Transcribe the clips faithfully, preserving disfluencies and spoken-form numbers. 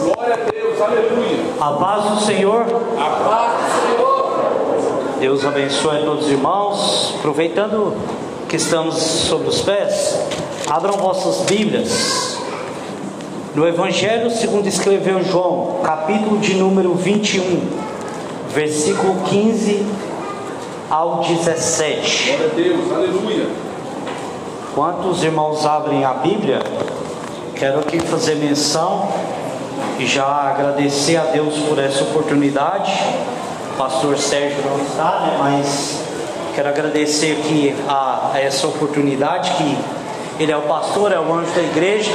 Glória a Deus, aleluia. A paz do Senhor. A paz do Senhor. Deus abençoe a todos os irmãos. Aproveitando que estamos sobre os pés, abram vossas Bíblias no Evangelho segundo escreveu João, capítulo de número vinte e um, versículo quinze ao dezessete. Glória a Deus, aleluia. Enquanto os irmãos abrem a Bíblia, quero aqui fazer menção e já agradecer a Deus por essa oportunidade. O pastor Sérgio não está, né? Mas quero agradecer aqui a, a essa oportunidade, que ele é o pastor, é o anjo da igreja,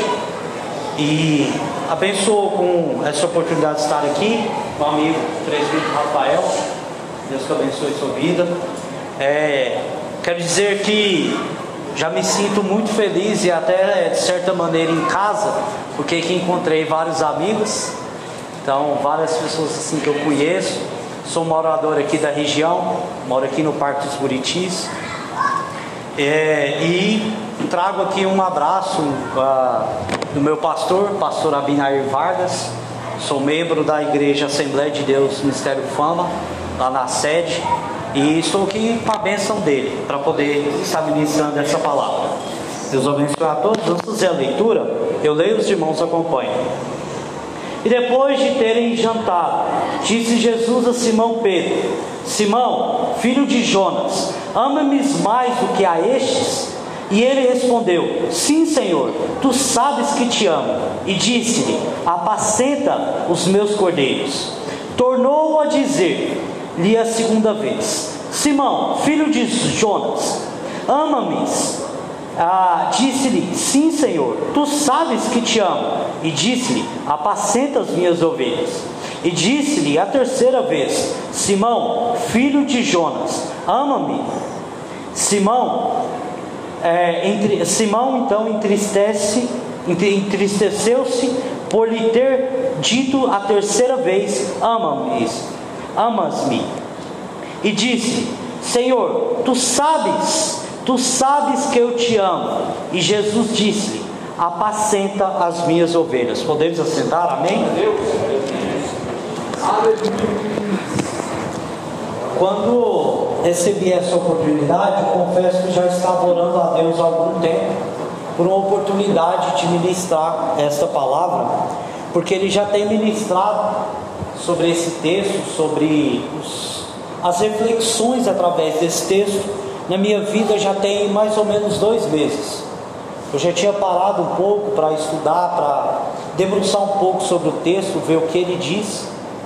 e abençoo com essa oportunidade de estar aqui, com o amigo presbítero Rafael. Deus que abençoe sua vida. É, quero dizer que já me sinto muito feliz e até de certa maneira em casa, porque aqui encontrei vários amigos, então várias pessoas assim que eu conheço. Sou morador aqui da região, moro aqui no Parque dos Buritis, é, e trago aqui um abraço uh, do meu pastor, pastor Abinair Vargas. Sou membro da Igreja Assembleia de Deus Ministério Fama, lá na sede, e estou aqui com a bênção dele, para poder estar ministrando essa palavra. Deus abençoe a todos. Vamos fazer a leitura. Eu leio, os irmãos acompanham. E depois de terem jantado, disse Jesus a Simão Pedro: Simão, filho de Jonas, ama-me mais do que a estes? E ele respondeu: Sim, Senhor, tu sabes que te amo. E disse-lhe: Apacenta os meus cordeiros. Tornou a dizer-lhe a segunda vez: Simão, filho de Jonas, ama-me? Ah, disse-lhe: Sim, Senhor, tu sabes que te amo. E disse-lhe: Apacenta as minhas ovelhas. E disse-lhe a terceira vez: Simão, filho de Jonas, ama-me? Simão, é, entre, Simão então entristece, entristeceu-se por lhe ter dito a terceira vez: Ama-me, amas-me? E disse: Senhor, tu sabes, tu sabes que eu te amo. E Jesus disse-lhe: Apacenta as minhas ovelhas. Podemos assentar? Amém? Quando recebi essa oportunidade, confesso que já estava orando a Deus há algum tempo por uma oportunidade de ministrar esta palavra, porque Ele já tem ministrado sobre esse texto, sobre os, as reflexões através desse texto na minha vida já tem mais ou menos dois meses. Eu já tinha parado um pouco para estudar, para debruçar um pouco sobre o texto, ver o que ele diz,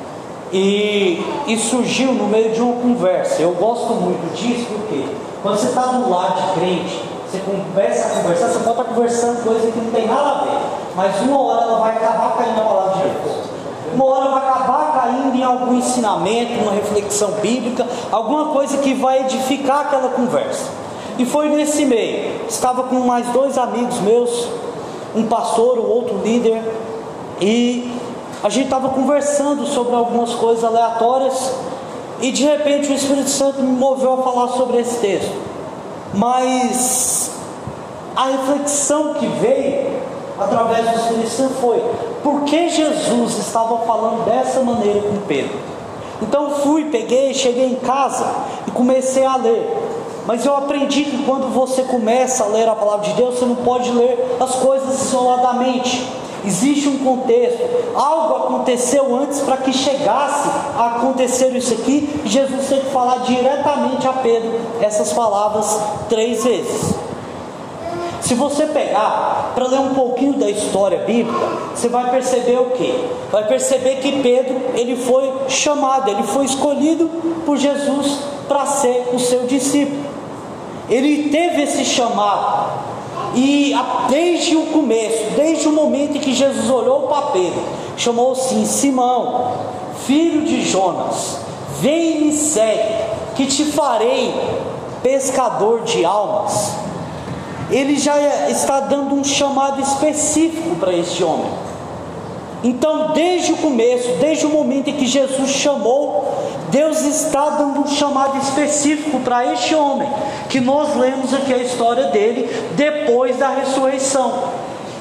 e, e surgiu no meio de uma conversa. Eu gosto muito disso, porque quando você está do lado de crente, você começa a conversar, você pode estar conversando coisa que não tem nada a ver, mas uma hora ela vai acabar caindo na palavra de Deus, uma hora vai acabar caindo em algum ensinamento, uma reflexão bíblica, alguma coisa que vai edificar aquela conversa. E foi nesse meio, estava com mais dois amigos meus, um pastor, o outro líder, e a gente estava conversando sobre algumas coisas aleatórias, e de repente o Espírito Santo me moveu a falar sobre esse texto. Mas a reflexão que veio através do Espírito Santo foi: por que Jesus estava falando dessa maneira com Pedro? Então fui, peguei, cheguei em casa e comecei a ler. Mas eu aprendi que quando você começa a ler a palavra de Deus, você não pode ler as coisas isoladamente. Existe um contexto, algo aconteceu antes para que chegasse a acontecer isso aqui, e Jesus teve que falar diretamente a Pedro essas palavras três vezes. Se você pegar para ler um pouquinho da história bíblica, você vai perceber o quê? Vai perceber que Pedro, ele foi chamado, ele foi escolhido por Jesus para ser o seu discípulo. Ele teve esse chamado, e desde o começo, desde o momento em que Jesus olhou para Pedro, chamou assim: Simão, filho de Jonas, vem e me segue, que te farei pescador de almas. Ele já está dando um chamado específico para este homem. Então, desde o começo, desde o momento em que Jesus chamou, Deus está dando um chamado específico para este homem, que nós lemos aqui a história dele depois da ressurreição. Então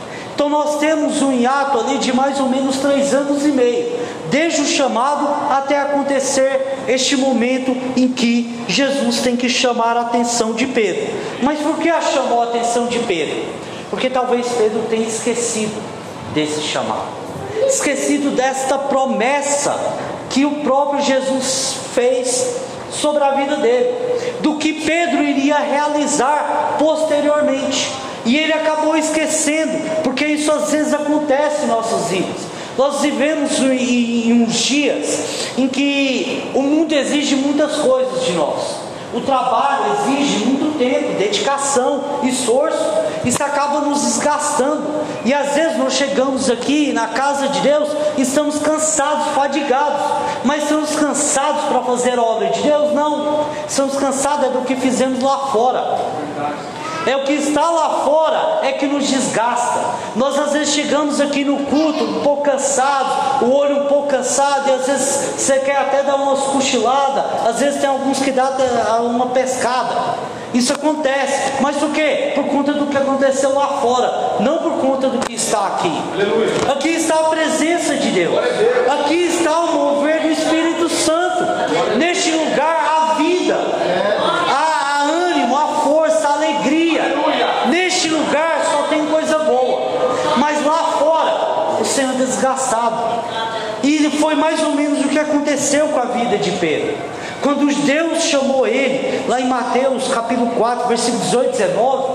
Então nós temos um hiato ali de mais ou menos três anos e meio, desde o chamado até acontecer este momento em que Jesus tem que chamar a atenção de Pedro. Mas por que chamou a atenção de Pedro? Porque talvez Pedro tenha esquecido desse chamado, esquecido desta promessa que o próprio Jesus fez sobre a vida dele, do que Pedro iria realizar posteriormente. E ele acabou esquecendo, porque isso às vezes acontece em nossas vidas. Nós vivemos em uns dias em que o mundo exige muitas coisas de nós. O trabalho exige muito tempo, dedicação, esforço. Isso acaba nos desgastando. E às vezes nós chegamos aqui na casa de Deus e estamos cansados, fadigados. Mas estamos cansados para fazer a obra de Deus? Não. Estamos cansados é do que fizemos lá fora. É o que está lá fora é que nos desgasta. Nós às vezes chegamos aqui no culto um pouco cansados, o olho um pouco cansado, e às vezes você quer até dar umas cochiladas. Às vezes tem alguns que dão uma pescada. Isso acontece, mas por quê? Por conta do que aconteceu lá fora, não por conta do que está aqui. Aleluia. Aqui está a presença de Deus, aqui está o mover do Espírito Santo. Neste lugar há vida, há, há ânimo, há força, há alegria. Neste lugar só tem coisa boa, mas lá fora o Senhor é desgastado. E foi mais ou menos o que aconteceu com a vida de Pedro. Quando Deus chamou ele, lá em Mateus capítulo quatro, versículos dezoito e dezenove,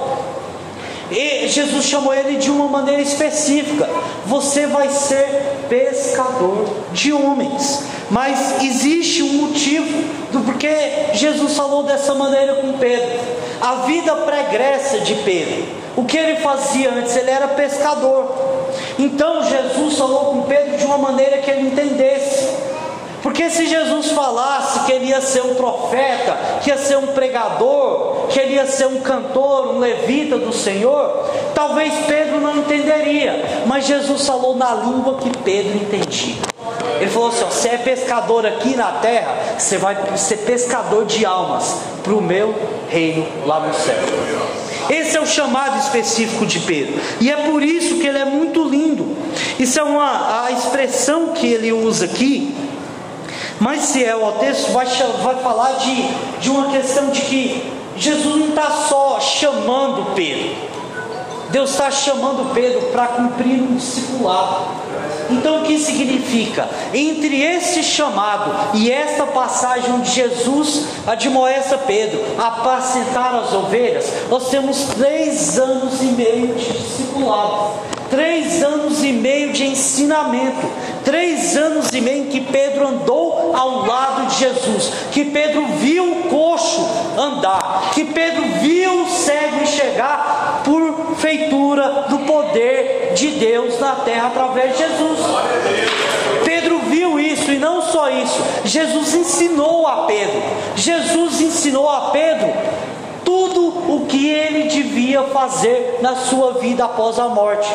e Jesus chamou ele de uma maneira específica: você vai ser pescador de homens. Mas existe um motivo do porquê Jesus falou dessa maneira com Pedro. A vida pregressa de Pedro, o que ele fazia antes? Ele era pescador. Então Jesus falou com Pedro de uma maneira que ele entendesse. Porque se Jesus falasse que ele ia ser um profeta, que ia ser um pregador, que ele ia ser um cantor, um levita do Senhor, talvez Pedro não entenderia. Mas Jesus falou na língua que Pedro entendia. Ele falou assim: ó, você é pescador aqui na terra, você vai ser pescador de almas para o meu reino lá no céu. Esse é o chamado específico de Pedro. E é por isso que ele é muito lindo. Isso é uma a expressão que ele usa aqui. Mas se é o texto, vai, vai falar de, de uma questão de que Jesus não está só chamando Pedro. Deus está chamando Pedro para cumprir um discipulado. Então o que significa? Entre esse chamado e esta passagem onde Jesus admoesta Pedro a apacentar as ovelhas, nós temos três anos e meio de discipulado, três anos e meio de ensinamento, três anos e meio em que Pedro andou ao lado de Jesus, que Pedro viu o coxo andar, que Pedro viu o cego enxergar por feitura do poder de Deus na terra através de Jesus. Pedro viu isso, e não só isso, Jesus ensinou a Pedro, Jesus ensinou a Pedro tudo o que ele devia fazer na sua vida após a morte.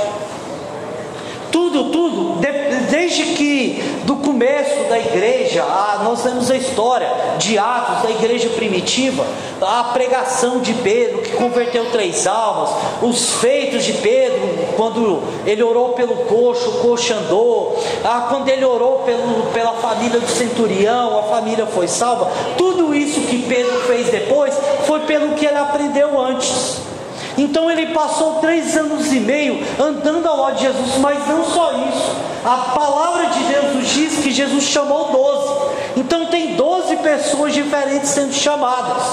Tudo, tudo, desde que do começo da igreja, nós temos a história de Atos da igreja primitiva, a pregação de Pedro que converteu três almas, os feitos de Pedro, quando ele orou pelo coxo, o coxo andou, quando ele orou pelo, pela família do centurião, a família foi salva. Tudo isso que Pedro fez depois foi pelo que ele aprendeu antes. Então ele passou três anos e meio andando ao lado de Jesus. Mas não só isso, a palavra de Deus nos diz que Jesus chamou doze. Então tem doze pessoas diferentes sendo chamadas.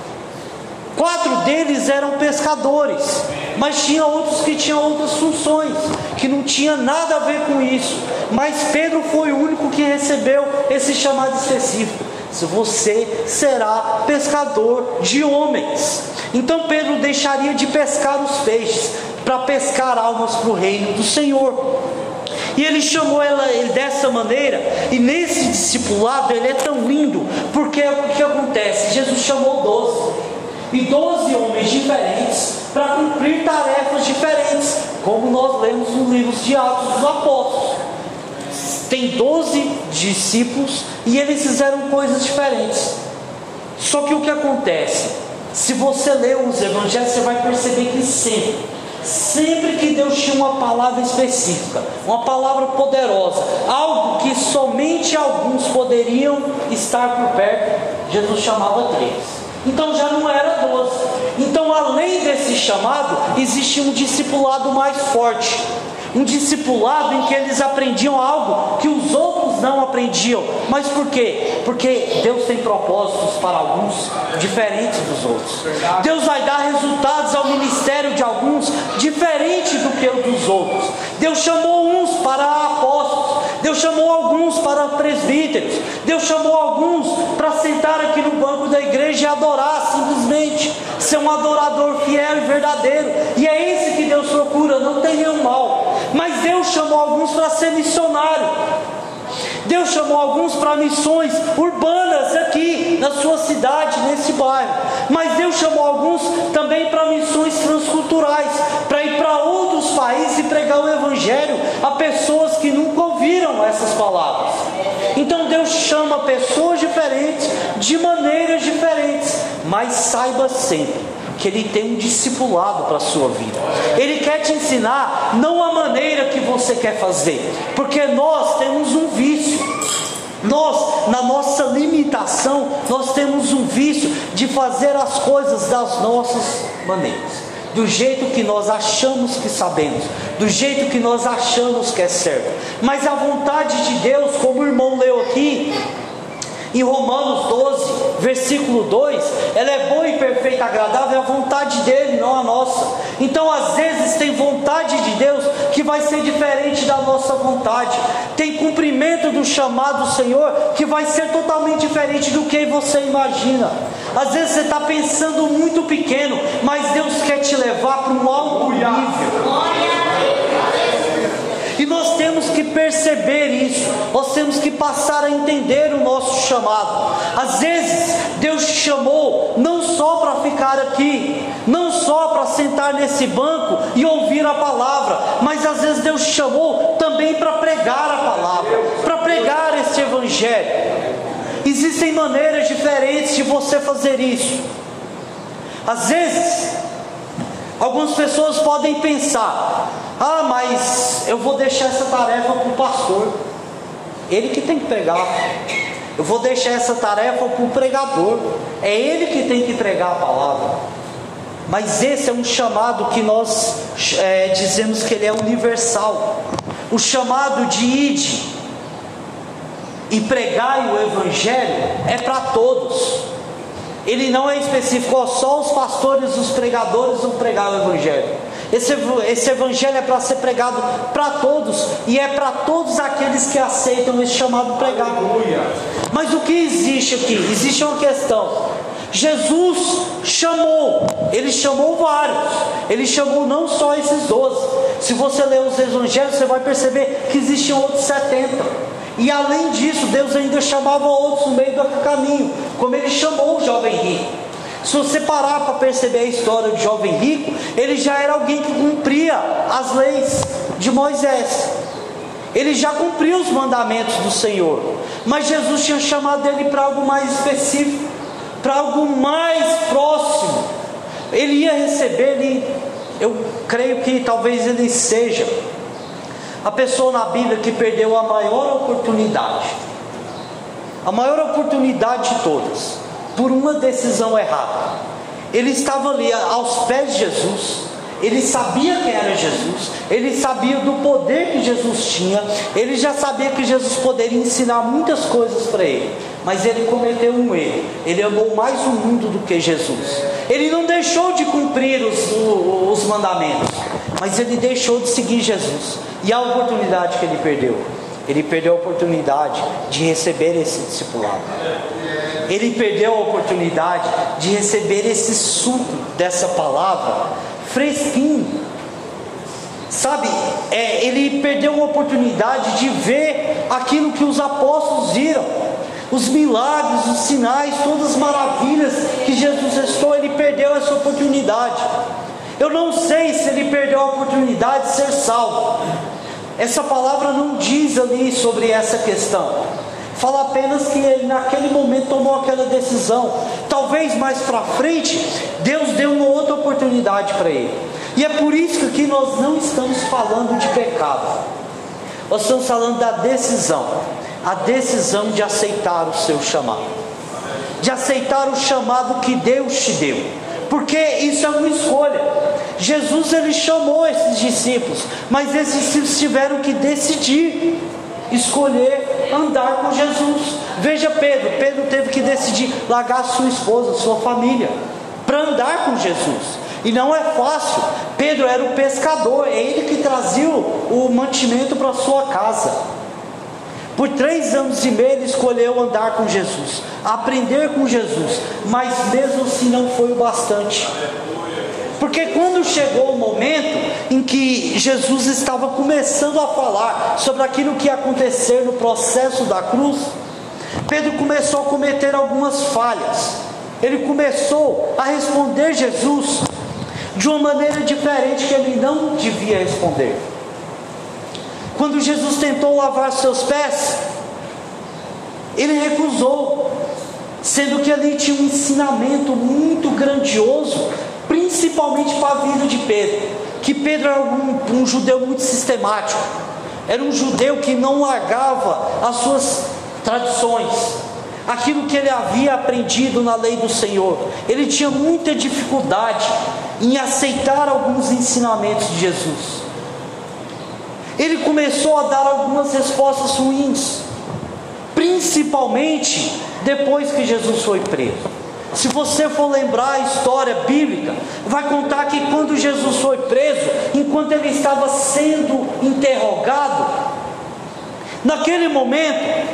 Quatro deles eram pescadores, mas tinha outros que tinham outras funções, que não tinha nada a ver com isso. Mas Pedro foi o único que recebeu esse chamado específico: você será pescador de homens. Então Pedro deixaria de pescar os peixes para pescar almas para o reino do Senhor. E ele chamou ela ele dessa maneira. E nesse discipulado ele é tão lindo, porque o que acontece? Jesus chamou doze, e doze homens diferentes para cumprir tarefas diferentes, como nós lemos nos livros de Atos dos Apóstolos. Tem doze discípulos e eles fizeram coisas diferentes. Só que o que acontece? Se você ler os evangelhos, você vai perceber que sempre Sempre que Deus tinha uma palavra específica, uma palavra poderosa, algo que somente alguns poderiam estar por perto, Jesus chamava três. Então já não era doze. Então, além desse chamado, existia um discipulado mais forte. Um discipulado em que eles aprendiam algo que os outros não aprendiam. Mas por quê? Porque Deus tem propósitos para alguns diferentes dos outros. Deus vai dar resultados ao ministério de alguns diferente do que o dos outros. Deus chamou uns para apóstolos, Deus chamou alguns para presbíteros, Deus chamou alguns para sentar aqui no banco da igreja e adorar, simplesmente ser um adorador fiel e verdadeiro. E é esse que Deus procura, não tem nenhum mal. Mas Deus chamou alguns para ser missionário. Deus chamou alguns para missões urbanas aqui na sua cidade, nesse bairro. Mas Deus chamou alguns também para missões transculturais, para ir para outros países e pregar o evangelho a pessoas que nunca ouviram essas palavras. Então Deus chama pessoas diferentes, de maneiras diferentes, mas saiba sempre que Ele tem um discipulado para a sua vida. Ele quer te ensinar não a maneira que você quer fazer, porque nós temos um vício. Nós, na nossa limitação, nós temos um vício de fazer as coisas das nossas maneiras, do jeito que nós achamos que sabemos, do jeito que nós achamos que é certo. Mas a vontade de Deus, como o irmão leu aqui em Romanos doze, versículo dois, ela é boa e perfeita, agradável, é a vontade dele, não a nossa. Então às vezes tem vontade de Deus que vai ser diferente da nossa vontade. Tem cumprimento do chamado do Senhor que vai ser totalmente diferente do que você imagina. Às vezes você está pensando muito pequeno, mas Deus quer te levar para um alto nível. E nós temos que perceber isso. Nós temos que passar a entender o nosso chamado. Às vezes Deus te chamou não só para ficar aqui, não só para sentar nesse banco e ouvir a palavra, mas às vezes Deus te chamou também para pregar a palavra, para pregar esse evangelho. Existem maneiras diferentes de você fazer isso. Às vezes algumas pessoas podem pensar: ah, mas eu vou deixar essa tarefa para o pastor, ele que tem que pregar. Eu vou deixar essa tarefa para o pregador, é ele que tem que pregar a palavra. Mas esse é um chamado que nós é, dizemos que ele é universal. O chamado de ide e pregai o evangelho é para todos. Ele não é específico, ó, só os pastores, os pregadores vão pregar o evangelho. Esse, esse evangelho é para ser pregado para todos, e é para todos aqueles que aceitam esse chamado pregar. Mas o que existe aqui? Existe uma questão. Jesus chamou, Ele chamou vários, Ele chamou não só esses doze. Se você ler os evangelhos, você vai perceber que existiam outros setenta. E além disso, Deus ainda chamava outros no meio do caminho, como Ele chamou o jovem rico. Se você parar para perceber a história do jovem rico, ele já era alguém que cumpria as leis de Moisés. Ele já cumpria os mandamentos do Senhor. Mas Jesus tinha chamado ele para algo mais específico, para algo mais próximo. Ele ia receber, ele, eu creio que talvez ele seja a pessoa na Bíblia que perdeu a maior oportunidade. A maior oportunidade de todas, por uma decisão errada. Ele estava ali aos pés de Jesus, ele sabia quem era Jesus, ele sabia do poder que Jesus tinha, ele já sabia que Jesus poderia ensinar muitas coisas para ele, mas ele cometeu um erro. Ele amou mais o mundo do que Jesus. Ele não deixou de cumprir os, os mandamentos, mas ele deixou de seguir Jesus. E a oportunidade que ele perdeu? Ele perdeu a oportunidade de receber esse discipulado. Ele perdeu a oportunidade de receber esse suco dessa palavra fresquinho. Sabe, é, ele perdeu a oportunidade de ver aquilo que os apóstolos viram, os milagres, os sinais, todas as maravilhas que Jesus restou. Ele perdeu essa oportunidade. Eu não sei se ele perdeu a oportunidade de ser salvo. Essa palavra não diz ali sobre essa questão. Fala apenas que ele naquele momento tomou aquela decisão. Talvez mais para frente Deus deu uma outra oportunidade para ele. E é por isso que aqui nós não estamos falando de pecado, nós estamos falando da decisão, a decisão de aceitar o seu chamado, de aceitar o chamado que Deus te deu, porque isso é uma escolha. Jesus ele chamou esses discípulos, mas esses discípulos tiveram que decidir, escolher andar com Jesus. Veja Pedro, Pedro teve que decidir largar sua esposa, sua família, para andar com Jesus. E não é fácil. Pedro era o pescador, é ele que trazia o mantimento para sua casa. Por três anos e meio ele escolheu andar com Jesus, aprender com Jesus, mas mesmo assim não foi o bastante. Porque quando chegou o momento em que Jesus estava começando a falar sobre aquilo que ia acontecer no processo da cruz, Pedro começou a cometer algumas falhas. Ele começou a responder Jesus de uma maneira diferente que ele não devia responder. Quando Jesus tentou lavar seus pés, ele recusou, sendo que ali tinha um ensinamento muito grandioso, principalmente para a vida de Pedro, que Pedro era um, um judeu muito sistemático, era um judeu que não largava as suas tradições, aquilo que ele havia aprendido na lei do Senhor. Ele tinha muita dificuldade em aceitar alguns ensinamentos de Jesus. Ele começou a dar algumas respostas ruins, principalmente depois que Jesus foi preso. Se você for lembrar a história bíblica, vai contar que quando Jesus foi preso, enquanto ele estava sendo interrogado, naquele momento,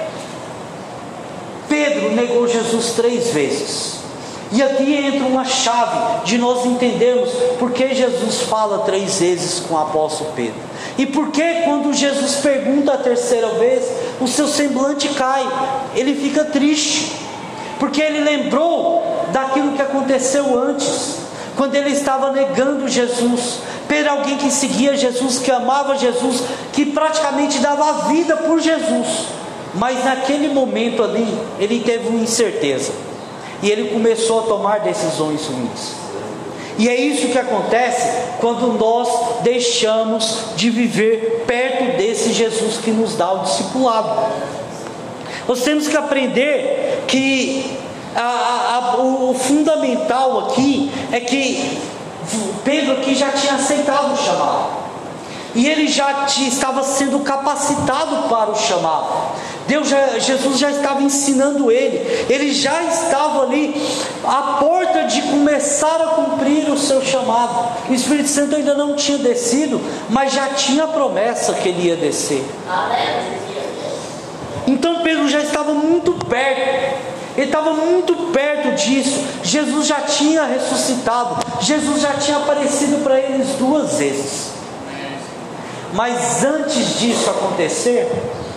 Pedro negou Jesus três vezes. E aqui entra uma chave de nós entendermos por que Jesus fala três vezes com o apóstolo Pedro. E por que quando Jesus pergunta a terceira vez, o seu semblante cai, ele fica triste. Porque ele lembrou daquilo que aconteceu antes, quando ele estava negando Jesus. Pedro era alguém que seguia Jesus, que amava Jesus, que praticamente dava a vida por Jesus. Mas naquele momento ali, ele teve uma incerteza, e ele começou a tomar decisões ruins. E é isso que acontece quando nós deixamos de viver perto desse Jesus que nos dá o discipulado. Nós temos que aprender que a, a, o fundamental aqui é que Pedro aqui já tinha aceitado o chamado, e ele já tinha, estava sendo capacitado para o chamado. Deus já, Jesus já estava ensinando ele, ele já estava ali à porta de começar a cumprir o seu chamado. O Espírito Santo ainda não tinha descido, mas já tinha a promessa que ele ia descer. Então Pedro já estava muito perto, ele estava muito perto disso. Jesus já tinha ressuscitado, Jesus já tinha aparecido para eles duas vezes. Mas antes disso acontecer,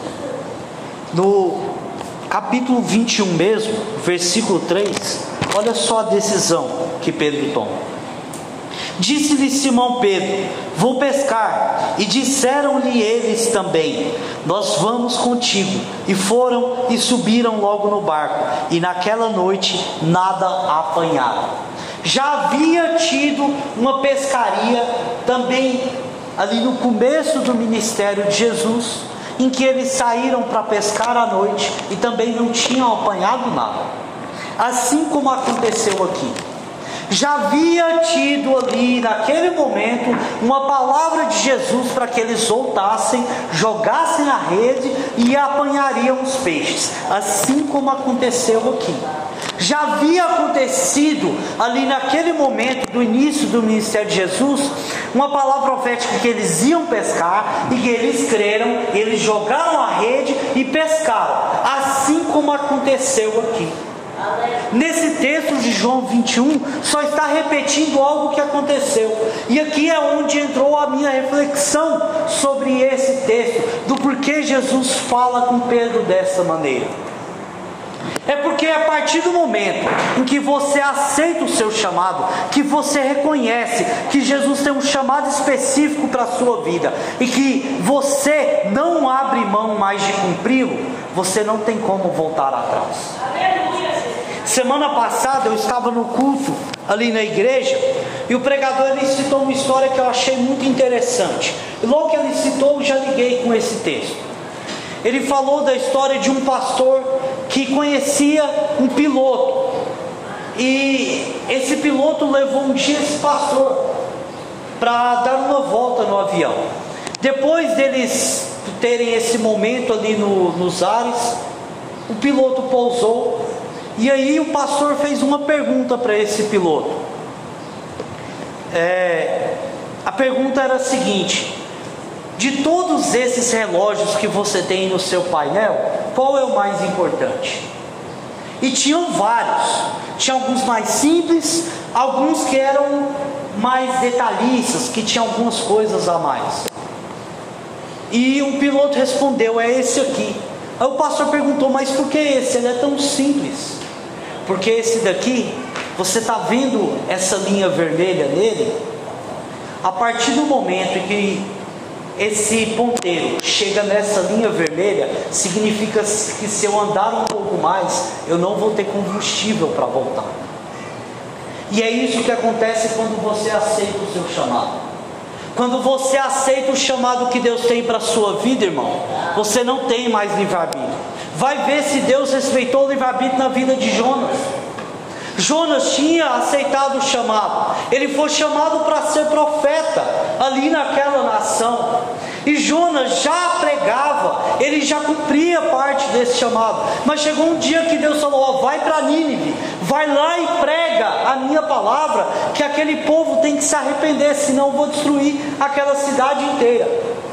no capítulo vinte e um mesmo, versículo três, olha só a decisão que Pedro toma. Disse-lhe Simão Pedro: vou pescar. E disseram-lhe eles também: nós vamos contigo. E foram e subiram logo no barco, e naquela noite nada apanharam. Já havia tido uma pescaria também ali no começo do ministério de Jesus, em que eles saíram para pescar à noite e também não tinham apanhado nada, assim como aconteceu aqui. Já havia tido ali naquele momento uma palavra de Jesus para que eles voltassem, jogassem a rede e apanhariam os peixes, assim como aconteceu aqui. Já havia acontecido ali naquele momento do início do ministério de Jesus uma palavra profética que eles iam pescar, e que eles creram, eles jogaram a rede e pescaram, assim como aconteceu aqui. Nesse texto de João vinte e um, só está repetindo algo que aconteceu. E aqui é onde entrou a minha reflexão sobre esse texto, do porquê Jesus fala com Pedro dessa maneira. É porque a partir do momento em que você aceita o seu chamado, que você reconhece que Jesus tem um chamado específico para a sua vida, e que você não abre mão mais de cumpri-lo, você não tem como voltar atrás. Semana passada eu estava no culto ali na igreja, E o pregador ele citou uma história que eu achei muito interessante. E logo que ele citou, eu já liguei com esse texto. Ele falou da história de um pastor que conhecia um piloto. E esse piloto levou um dia esse pastor para dar uma volta no avião. Depois deles terem esse momento ali no, nos ares, o piloto pousou. E aí o pastor fez uma pergunta para esse piloto. É, a pergunta era a seguinte: de todos esses relógios que você tem no seu painel, qual é o mais importante? E tinham vários. Tinha alguns mais simples, alguns que eram mais detalhistas, que tinham algumas coisas a mais. E o piloto respondeu: é esse aqui. Aí o pastor perguntou: mas por que esse? Ele é tão simples. Porque esse daqui, você está vendo essa linha vermelha nele? A partir do momento em que esse ponteiro chega nessa linha vermelha, significa que se eu andar um pouco mais, eu não vou ter combustível para voltar. E é isso que acontece quando você aceita o seu chamado. Quando você aceita o chamado que Deus tem para a sua vida, irmão, você não tem mais livre-arbítrio. Vai ver se Deus respeitou o livre-arbítrio na vida de Jonas. Jonas tinha aceitado o chamado. Ele foi chamado para ser profeta ali naquela nação. E Jonas já pregava, ele já cumpria parte desse chamado. Mas chegou um dia que Deus falou: ó, vai para Nínive, vai lá e prega a minha palavra, que aquele povo tem que se arrepender, senão eu vou destruir aquela cidade inteira.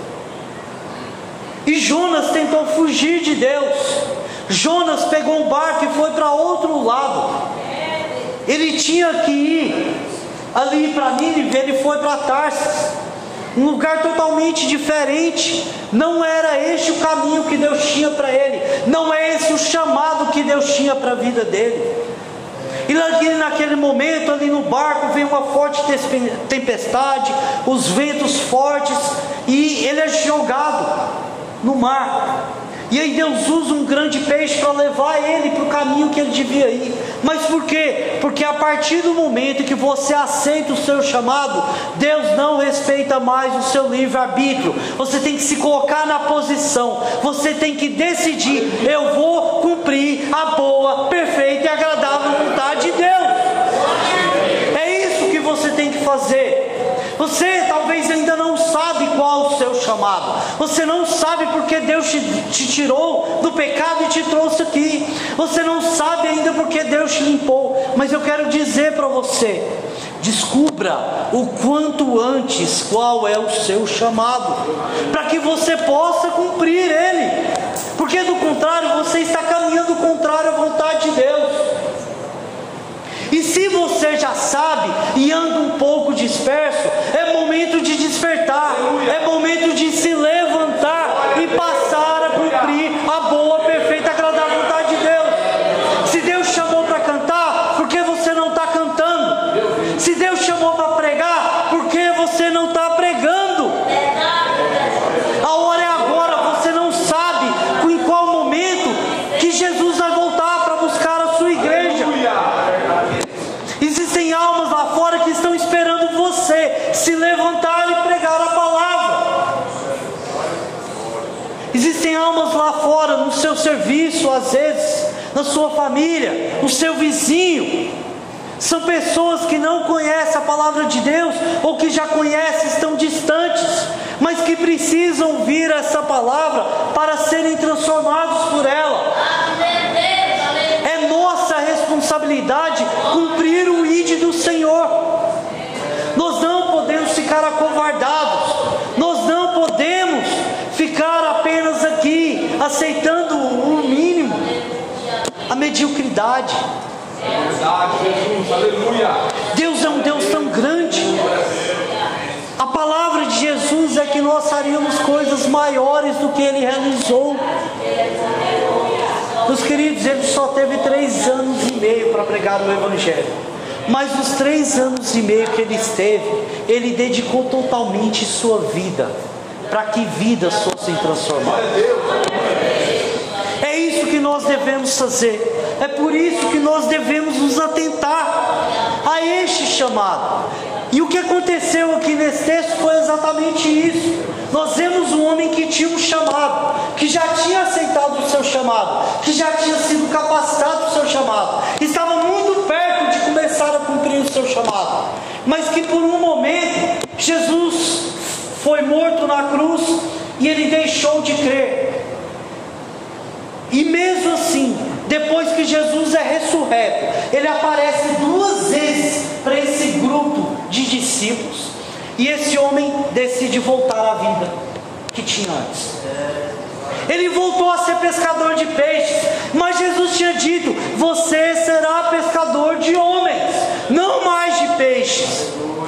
E Jonas tentou fugir de Deus. Jonas pegou um barco e foi para outro lado. Ele tinha que ir ali para Nínive, ele foi para Tarsis, um lugar totalmente diferente. Não era este o caminho que Deus tinha para ele, não é esse o chamado que Deus tinha para a vida dele. E naquele momento, ali no barco, vem uma forte tempestade, os ventos fortes, e ele é jogado no mar. E aí Deus usa um grande peixe para levar ele para o caminho que ele devia ir. Mas por quê? Porque a partir do momento que você aceita o seu chamado, Deus não respeita mais o seu livre-arbítrio. Você tem que se colocar na posição. Você tem que decidir: eu vou cumprir a boa, perfeita e agradável vontade de Deus. É isso que você tem que fazer. Você talvez ainda não sabe qual o seu chamado. Você não sabe porque Deus te, te tirou do pecado e te trouxe aqui. Você não sabe ainda porque Deus te limpou. Mas eu quero dizer para você: descubra o quanto antes qual é o seu chamado, para que você possa cumprir ele. Porque do contrário, você está caminhando contrário à vontade de Deus. E se você já sabe e anda um pouco disperso, é momento de despertar, é momento de se levantar e passar a cumprir a boa, perfeita, agradável vontade de Deus. Se Deus chamou para cantar, por que você não está cantando? Se Deus chamou para pregar, por que você não está pregando? A hora é agora. Você não sabe em qual momento que Jesus vai voltar para buscar a sua igreja. Existem almas lá fora que estão esperando você se levantar e pregar a palavra. Existem almas lá fora, no seu serviço, às vezes, na sua família, no seu vizinho. São pessoas que não conhecem a palavra de Deus, ou que já conhecem, estão distantes, mas que precisam ouvir essa palavra para serem transformados por ela. É nossa responsabilidade cumprir o I D do Senhor. Nós não podemos ficar acovardados. Nós não podemos ficar apenas aqui aceitando o mínimo, a mediocridade. Deus é um Deus tão grande. A palavra de Jesus é que nós faríamos coisas maiores do que Ele realizou. Meus queridos, Ele só teve três anos e meio para pregar o Evangelho. Mas nos três anos e meio que Ele esteve, Ele dedicou totalmente sua vida para que vidas fossem transformadas. É isso que nós devemos fazer. É por isso que nós devemos nos atentar a este chamado. E o que aconteceu aqui nesse texto foi exatamente isso. Nós vemos um homem que tinha um chamado, que já tinha aceitado o seu chamado, que já tinha sido capacitado o seu chamado, estava muito perto de começar a cumprir o seu chamado, mas que por um momento Jesus foi morto na cruz e ele deixou de crer. E mesmo assim, depois que Jesus é ressurreto, ele aparece duas vezes para esse grupo de discípulos, e esse homem decide voltar à vida que tinha antes. Ele voltou a ser pescador de peixes, mas Jesus tinha dito: você será pescador de homens, não mais de peixes.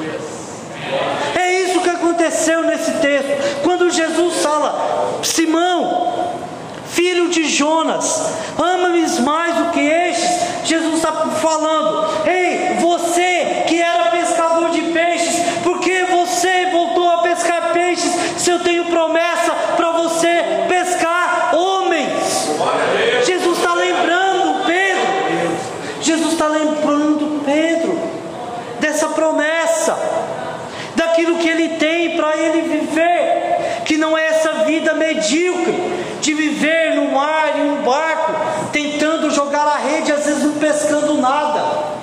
É isso que aconteceu nesse texto, quando Jesus fala: Simão, filho de Jonas, ama-me mais do que estes? Jesus está falando: ei, você que era pescador de peixes, por que você voltou a pescar peixes, se eu tenho promessa para você pescar homens? Jesus está lembrando Pedro, Jesus está lembrando Pedro dessa promessa, daquilo que ele tem para ele viver, que não é essa vida medíocre de viver no mar, em um barco, tentando jogar a rede, às vezes não pescando nada.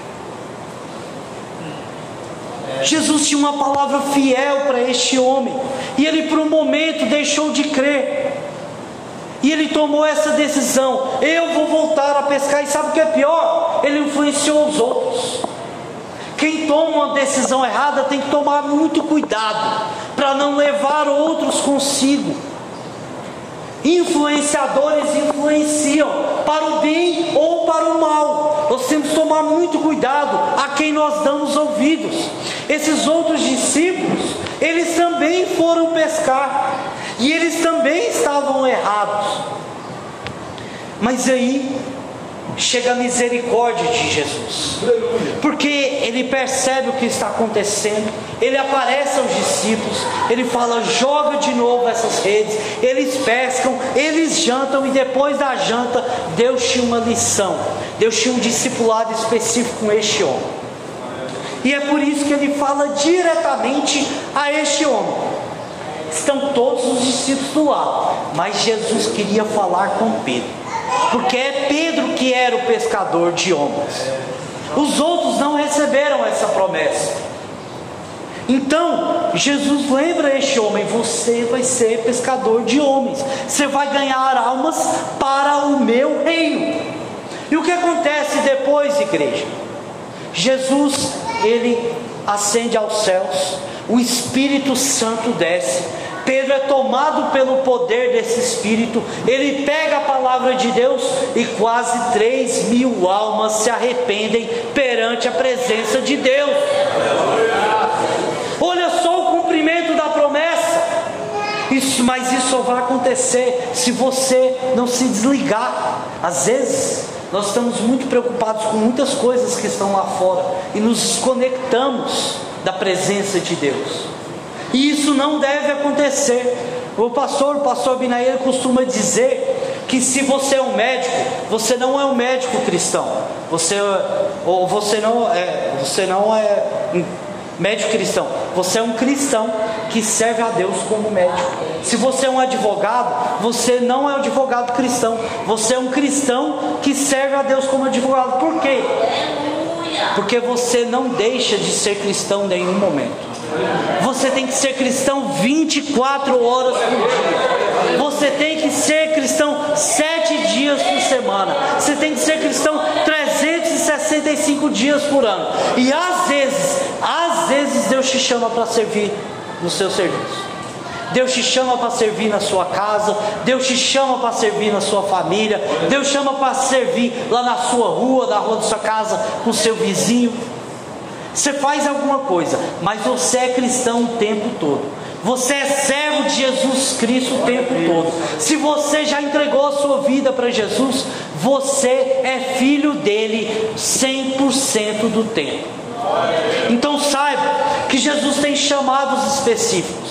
Jesus tinha uma palavra fiel para este homem, e ele por um momento deixou de crer, e ele tomou essa decisão: eu vou voltar a pescar. E sabe o que é pior? Ele influenciou os outros. Quem toma uma decisão errada tem que tomar muito cuidado para não levar outros consigo. Influenciadores influenciam para o bem ou para o mal. Nós temos que tomar muito cuidado a quem nós damos ouvidos. Esses outros discípulos, eles também foram pescar, e eles também estavam errados. Mas aí chega a misericórdia de Jesus, porque ele percebe o que está acontecendo, ele aparece aos discípulos, ele fala: joga de novo essas redes. Eles pescam, eles jantam, e depois da janta Deus tinha uma lição, Deus tinha um discipulado específico com este homem. E é por isso que ele fala diretamente a este homem. Estão todos os discípulos do lado, mas Jesus queria falar com Pedro, porque é Pedro que era o pescador de homens. Os outros não receberam essa promessa. Então Jesus lembra este homem: você vai ser pescador de homens, você vai ganhar almas para o meu reino. E o que acontece depois, igreja? Jesus, ele ascende aos céus, o Espírito Santo desce, Pedro é tomado pelo poder desse Espírito, ele pega a palavra de Deus, e quase três mil almas se arrependem perante a presença de Deus. Olha só o cumprimento da promessa. Isso, mas isso só vai acontecer se você não se desligar. Às vezes nós estamos muito preocupados com muitas coisas que estão lá fora e nos desconectamos da presença de Deus. E isso não deve acontecer. O pastor, o pastor Binair costuma dizer que se você é um médico, você não é um médico cristão. Você ou você não é, você não é um médico cristão. Você é um cristão que serve a Deus como médico. Se você é um advogado, você não é um advogado cristão. Você é um cristão que serve a Deus como advogado. Por quê? Porque você não deixa de ser cristão em nenhum momento. Você tem que ser cristão vinte e quatro horas por dia. Você tem que ser cristão sete dias por semana. Você tem que ser cristão trezentos e sessenta e cinco dias por ano. E às vezes, às vezes Deus te chama para servir no seu serviço. Deus te chama para servir na sua casa. Deus te chama para servir na sua família. Deus chama para servir lá na sua rua, na rua da sua casa, com o seu vizinho. Você faz alguma coisa, mas você é cristão o tempo todo. Você é servo de Jesus Cristo o tempo todo. Se você já entregou a sua vida para Jesus, você é filho dele cem por cento do tempo. Então saiba que Jesus tem chamados específicos,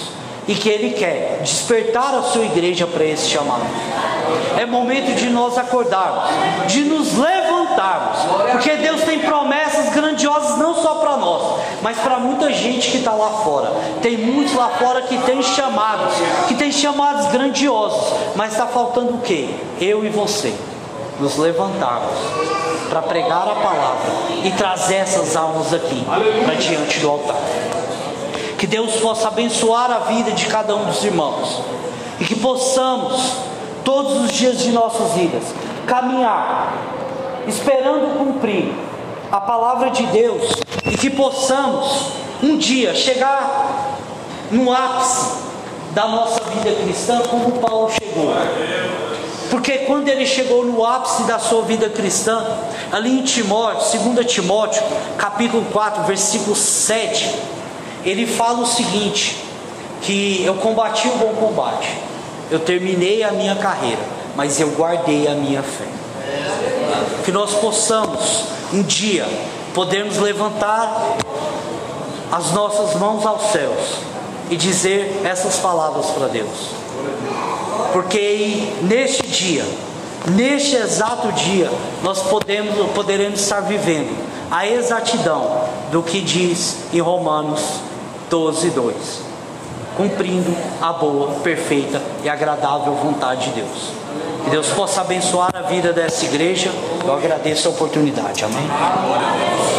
e que Ele quer despertar a sua igreja para esse chamado. É momento de nós acordarmos, de nos levantarmos, porque Deus tem promessas grandiosas não só para nós, mas para muita gente que está lá fora. Tem muitos lá fora que tem chamados, que tem chamados grandiosos, mas está faltando o quê? Eu e você nos levantarmos para pregar a palavra e trazer essas almas aqui para diante do altar. Que Deus possa abençoar a vida de cada um dos irmãos e que possamos todos os dias de nossas vidas caminhar esperando cumprir a palavra de Deus, e que possamos um dia chegar no ápice da nossa vida cristã como Paulo chegou. Porque quando ele chegou no ápice da sua vida cristã, ali em Timóteo, segunda Timóteo, capítulo quatro, versículo sete, ele fala o seguinte, que eu combati o bom combate, eu terminei a minha carreira, mas eu guardei a minha fé. Que nós possamos um dia podermos levantar as nossas mãos aos céus e dizer essas palavras para Deus. Porque neste dia, neste exato dia, nós podemos, poderemos estar vivendo a exatidão do que diz em Romanos doze, dois, cumprindo a boa, perfeita e agradável vontade de Deus. Que Deus possa abençoar a vida dessa igreja. Eu agradeço a oportunidade. Amém.